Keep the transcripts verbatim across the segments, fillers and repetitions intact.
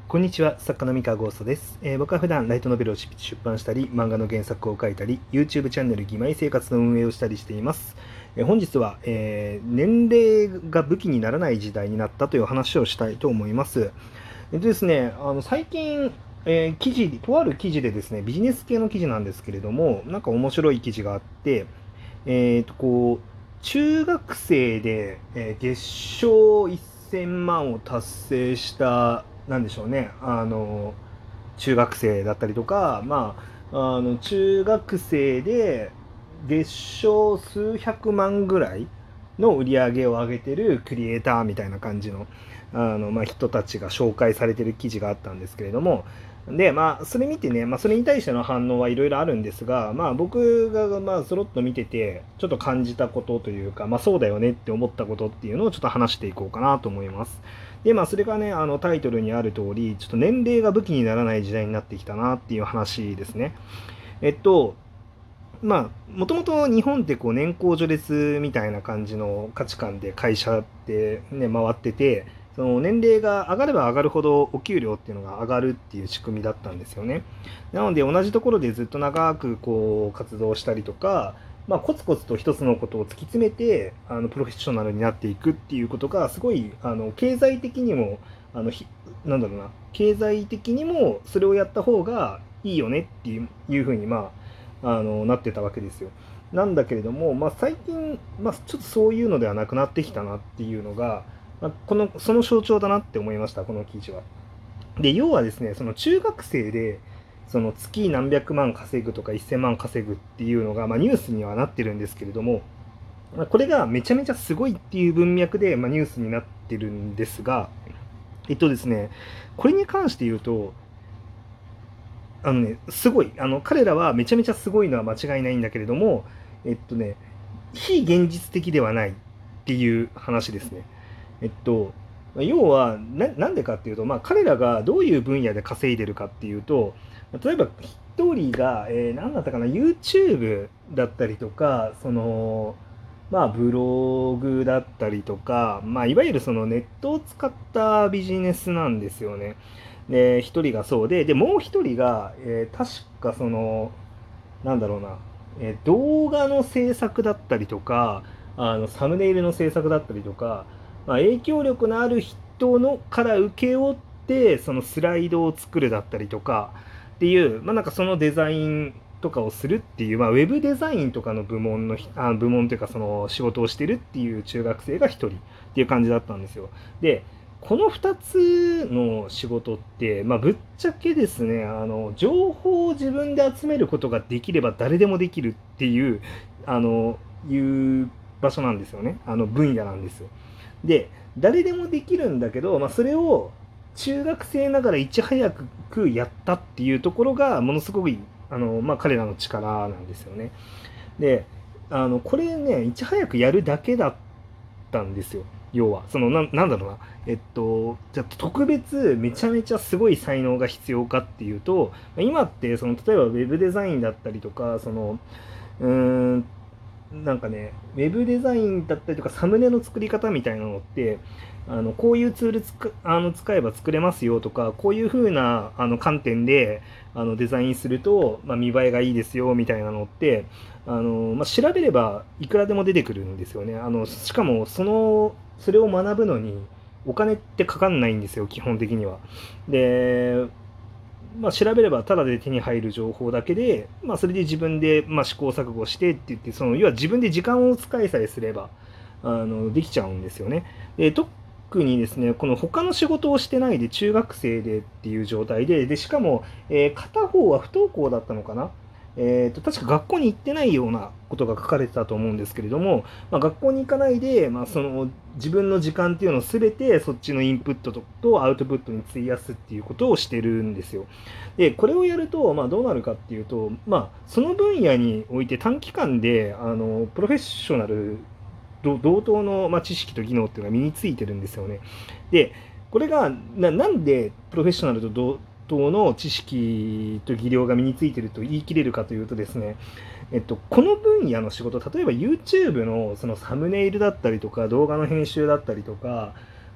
こんにちは、作家の三河ゴーストです、えー、僕は普段ライトノベルを出版したり、漫画の原作を書いたり、YouTube チャンネル義妹生活の運営をしたりしています。えー、本日は、えー、年齢が武器にならない時代になったという話をしたいと思います。えっとですね、あの最近、えー、記事、とある記事でですね、ビジネス系の記事なんですけれども、なんか面白い記事があって、えーと、こう、中学生で、えー月賞せんまんを達成した、なんでしょうね、あの、中学生だったりとか、まあ、あの、中学生で月賞数百万ぐらいの売り上げを上げてるクリエイターみたいな感じの、あの、まあ、人たちが紹介されてる記事があったんですけれども、で、まあ、それ見てね、まあ、それに対しての反応はいろいろあるんですが、まあ、僕が、まあ、そろっと見てて、ちょっと感じたことというか、まあ、そうだよねって思ったことっていうのをちょっと話していこうかなと思います。で、まあ、それがね、あの、タイトルにある通り、ちょっと年齢が武器にならない時代になってきたなっていう話ですね。えっと、まあ、もともと日本ってこう年功序列みたいな感じの価値観で会社ってね、回ってて、その年齢が上がれば上がるほどお給料っていうのが上がるっていう仕組みだったんですよね。なので同じところでずっと長くこう活動したりとか、まあ、コツコツと一つのことを突き詰めてあのプロフェッショナルになっていくっていうことがすごいあの経済的にもあのひなんだろうな経済的にもそれをやった方がいいよねっていういうふうにまああのなってたわけですよ。なんだけれども、まあ、最近、まあ、ちょっとそういうのではなくなってきたなっていうのが、まあ、このその象徴だなって思いました、この記事は。で、要はですね、その中学生でその月何百万稼ぐとかせんまん稼ぐっていうのが、まあ、ニュースにはなってるんですけれども、まあ、これがめちゃめちゃすごいっていう文脈で、まあ、ニュースになってるんですが、えっとですね、これに関して言うと、あのね、すごい、あの彼らはめちゃめちゃすごいのは間違いないんだけれども、えっとね、非現実的ではないっていう話ですね。えっと、要はな、なんでかっていうと、まあ、彼らがどういう分野で稼いでるかっていうと、例えば一人が、えー、何だったかな、YouTube だったりとか、その、まあ、ブログだったりとか、まあ、いわゆるそのネットを使ったビジネスなんですよね。で、一人がそうで、で、もう一人が、えー確かその、なんだろうな、えー動画の制作だったりとか、あのサムネイルの制作だったりとか、まあ、影響力のある人のから請け負ってそのスライドを作るだったりとかっていう、まあ、なんかそのデザインとかをするっていう、まあ、ウェブデザインとかの部門のあ部門というかその仕事をしてるっていう中学生がひとりっていう感じだったんですよ。で、このふたつの仕事って、まあ、ぶっちゃけですね、あの情報を自分で集めることができれば誰でもできるっていうあのいう場所なんですよね。あの分野なんですよ。で、誰でもできるんだけど、まあ、それを中学生ながらいち早くやったっていうところがものすごいあの、まあ、彼らの力なんですよね。で、あのこれね、いち早くやるだけだったんですよ。要はそのななんだろうな、えっとじゃあ特別めちゃめちゃすごい才能が必要かっていうと、今ってその例えばウェブデザインだったりとか、そのうーんなんかね、ウェブデザインだったりとかサムネの作り方みたいなのって、あのこういうツールつくあの使えば作れますよとか、こういう風なあの観点であのデザインすると、まあ、見栄えがいいですよみたいなのって、あの、まあ、調べればいくらでも出てくるんですよね。あのしかもそのそれを学ぶのにお金ってかかんないんですよ、基本的には。で、まあ、調べればただで手に入る情報だけで、まあ、それで自分でまあ試行錯誤してって言って、その要は自分で時間を使いさえすればあのできちゃうんですよね。で、特にですね、この他の仕事をしてないで中学生でっていう状態で、でしかも、えー片方は不登校だったのかな。えー、と確か学校に行ってないようなことが書かれてたと思うんですけれども、まあ、学校に行かないで、まあ、その自分の時間っていうのを全てそっちのインプットとアウトプットに費やすっていうことをしてるんですよ。で、これをやると、まあ、どうなるかっていうと、まあ、その分野において短期間であのプロフェッショナル同等の、まあ、知識と技能っていうのが身についてるんですよね。で、これがななんでプロフェッショナルと同等の知識と技量が身についてると言い切れるかというとですね、えっと、この分野の仕事、例えば YouTube のそのサムネイルだったりとか動画の編集だったりとか、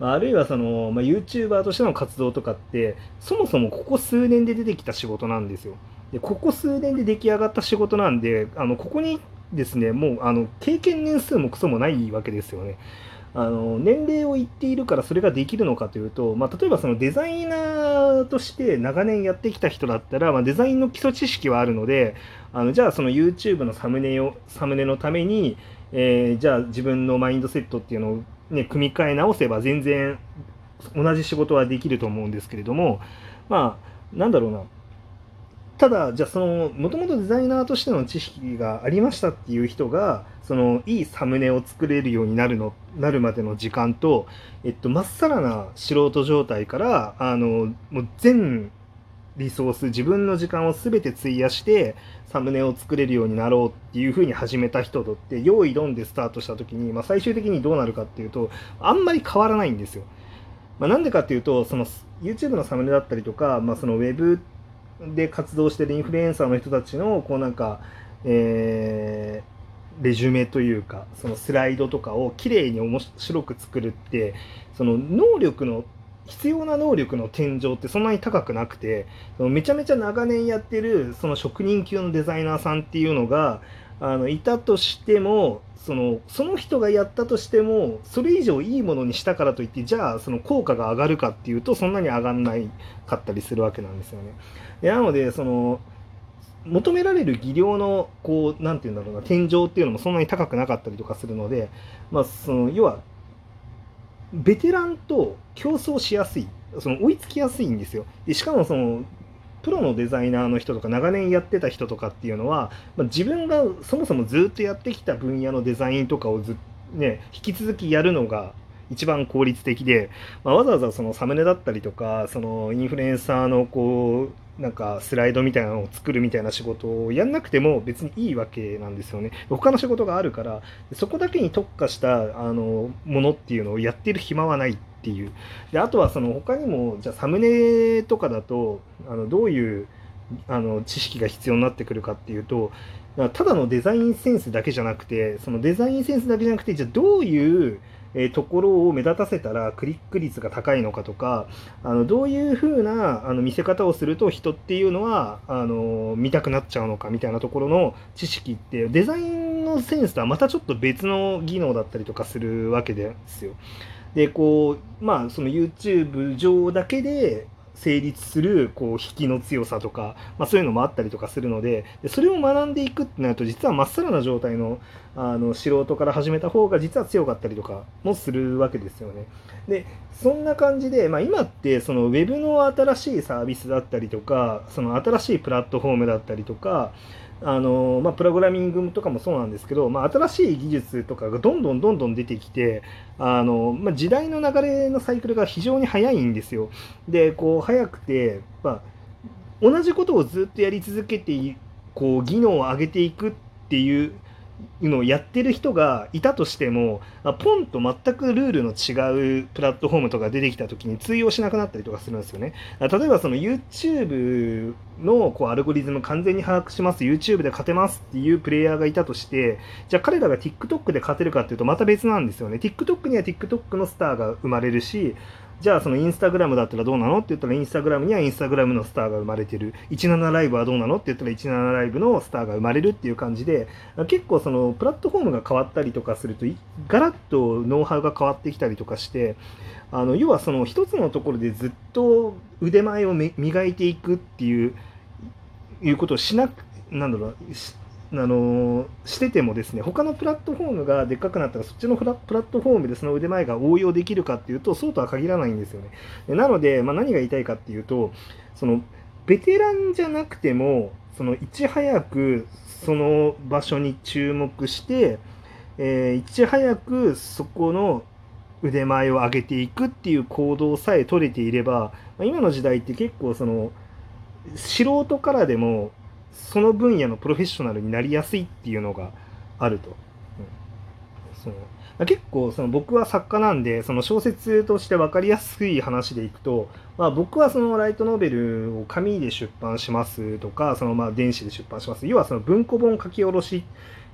まあ、あるいはその、まあ、YouTuber としての活動とかってそもそもここ数年で出てきた仕事なんですよ。でここ数年で出来上がった仕事なんで、あのここにですねもうあの経験年数もクソもないわけですよね。あの年齢を言っているからそれができるのかというと、まあ、例えばそのデザイナーとして長年やってきた人だったら、まあ、デザインの基礎知識はあるので、あのじゃあその YouTube のサムネをサムネのために、えーじゃあ自分のマインドセットっていうのを、ね、組み替え直せば全然同じ仕事はできると思うんですけれども、まあなんだろうな、ただじゃあそのもともとデザイナーとしての知識がありましたっていう人がそのいいサムネを作れるようになるのなるまでの時間と、えっと、まっさらな素人状態からあのもう全リソース自分の時間を全て費やしてサムネを作れるようになろうっていうふうに始めた人とって用意ドンでスタートした時に、まあ、最終的にどうなるかっていうとあんまり変わらないんですよ。まあ、なんでかっていうとその YouTube のサムネだったりとか、まあ、そのウェブで活動してるインフルエンサーの人たちのこうなんか、えー、レジュメというかそのスライドとかをきれいに面白く作るってその能力の必要な能力の天井ってそんなに高くなくて、そのめちゃめちゃ長年やってるその職人級のデザイナーさんっていうのがあのいたとしてもそのその人がやったとしてもそれ以上いいものにしたからといってじゃあその効果が上がるかっていうとそんなに上がんないかったりするわけなんですよね。でなのでその求められる技量のこうなんていうんだろうな天井っていうのもそんなに高くなかったりとかするので、まあ、その要はベテランと競争しやすい、その追いつきやすいんですよ。でしかもそのプロのデザイナーの人とか長年やってた人とかっていうのは、まあ、自分がそもそもずっとやってきた分野のデザインとかをず、ね、引き続きやるのが一番効率的で、まあ、わざわざそのサムネだったりとかそのインフルエンサーのこうなんかスライドみたいなのを作るみたいな仕事をやんなくても別にいいわけなんですよね。他の仕事があるからそこだけに特化したあのものっていうのをやってる暇はないっていう。であとはその他にもじゃあサムネとかだとあのどういうあの知識が必要になってくるかっていうと、ただのデザインセンスだけじゃなくてそのデザインセンスだけじゃなくてじゃあどういうえーところを目立たせたらクリック率が高いのかとか、あのどういう風なあの見せ方をすると人っていうのはあの見たくなっちゃうのかみたいなところの知識ってデザインのセンスとはまたちょっと別の技能だったりとかするわけですよ。でこうまあその YouTube 上だけで成立するこう引きの強さとか、まあ、そういうのもあったりとかするので、でそれを学んでいくってなると実はまっさらな状態のあの素人から始めた方が実は強かったりとかもするわけですよね。でそんな感じで、まあ、今ってそのウェブの新しいサービスだったりとかその新しいプラットフォームだったりとかあのまあ、プログラミングとかもそうなんですけど、まあ、新しい技術とかがどんどんどんどん出てきてあの、まあ、時代の流れのサイクルが非常に早いんですよ。でこう早くて、まあ、同じことをずっとやり続けてこう技能を上げていくっていうのをやってる人がいたとしてもポンと全くルールの違うプラットフォームとか出てきた時に通用しなくなったりとかするんですよね。例えばその YouTube のこうアルゴリズム完全に把握します YouTube で勝てますっていうプレイヤーがいたとしてじゃあ彼らが TikTok で勝てるかっていうとまた別なんですよね。 TikTok には TikTok のスターが生まれるしじゃあそのインスタグラムだったらどうなのって言ったらインスタグラムにはインスタグラムのスターが生まれてるじゅうななライブはどうなのって言ったらじゅうななライブのスターが生まれるっていう感じで結構そのプラットフォームが変わったりとかするとガラッとノウハウが変わってきたりとかしてあの要はその一つのところでずっと腕前を磨いていくっていういうことをしなくなんだろうあのしててもですね他のプラットフォームがでっかくなったらそっちのプラットフォームでその腕前が応用できるかっていうとそうとは限らないんですよね。なので、まあ、何が言いたいかっていうとそのベテランじゃなくてもそのいち早くその場所に注目して、えー、いち早くそこの腕前を上げていくっていう行動さえ取れていれば今の時代って結構その素人からでもその分野のプロフェッショナルになりやすいっていうのがあると。うん、そう結構その僕は作家なんでその小説として分かりやすい話でいくと、まあ、僕はそのライトノベルを紙で出版しますとかそのまあ電子で出版します要はその文庫本書き下ろし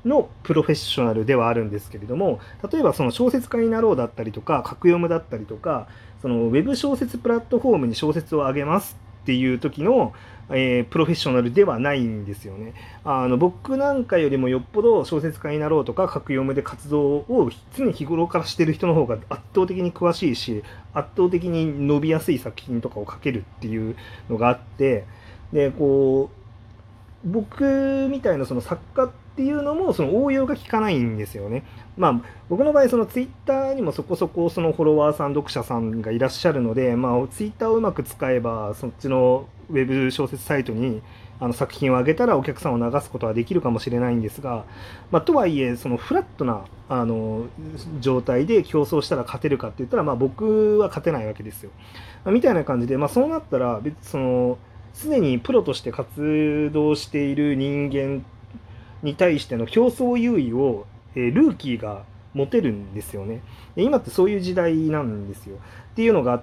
のプロフェッショナルではあるんですけれども、例えばその小説家になろうだったりとか格読むだったりとか、そのウェブ小説プラットフォームに小説を上げますっていう時の、えー、プロフェッショナルではないんですよね。あの僕なんかよりもよっぽど小説家になろうとか格読むで活動を常に日頃からしてる人の方が圧倒的に詳しいし、圧倒的に伸びやすい作品とかを書けるっていうのがあって、でこう僕みたいなその作家っていうのもその応用が効かないんですよね。まあ僕の場合そのツイッターにもそこそこそのフォロワーさん読者さんがいらっしゃるので、まあツイッターをうまく使えばそっちのウェブ小説サイトにあの作品を上げたらお客さんを流すことはできるかもしれないんですが、まあ、とはいえそのフラットなあの状態で競争したら勝てるかって言ったら、まあ僕は勝てないわけですよ。みたいな感じで、まあ、そうなったら別そのすでにプロとして活動している人間に対しての競争優位を、えールーキーが持てるんですよね。で今ってそういう時代なんですよ。っていうのがあって、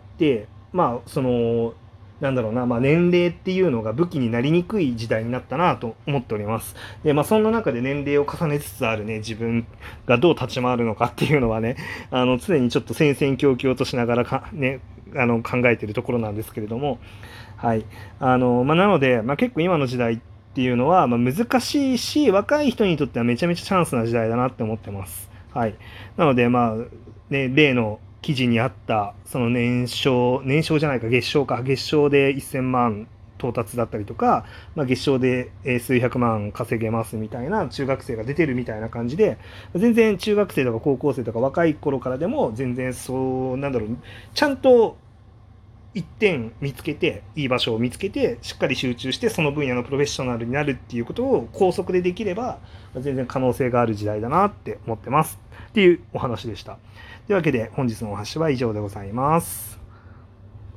まあそのなんだろうな、まあ、年齢っていうのが武器になりにくい時代になったなと思っております。で、まあ、そんな中で年齢を重ねつつあるね、自分がどう立ち回るのかっていうのはね、あの常にちょっと戦々恐々としながらか、ね、あの考えているところなんですけれども、はい。あの、まあ、なので、まあ、結構今の時代っていうのは、まあ、難しいし、若い人にとってはめちゃめちゃチャンスな時代だなって思ってます。はい。なので、まあ、ね、例の記事にあった、その年商、年商じゃないか、月商か、月商でせんまん到達だったりとか、まあ、月賞で数百万稼げますみたいな中学生が出てるみたいな感じで、全然中学生とか高校生とか若い頃からでも全然そうなんだろう、ちゃんと一点見つけて、いい場所を見つけてしっかり集中してその分野のプロフェッショナルになるっていうことを高速でできれば全然可能性がある時代だなって思ってますっていうお話でした。というわけで本日のお話は以上でございます。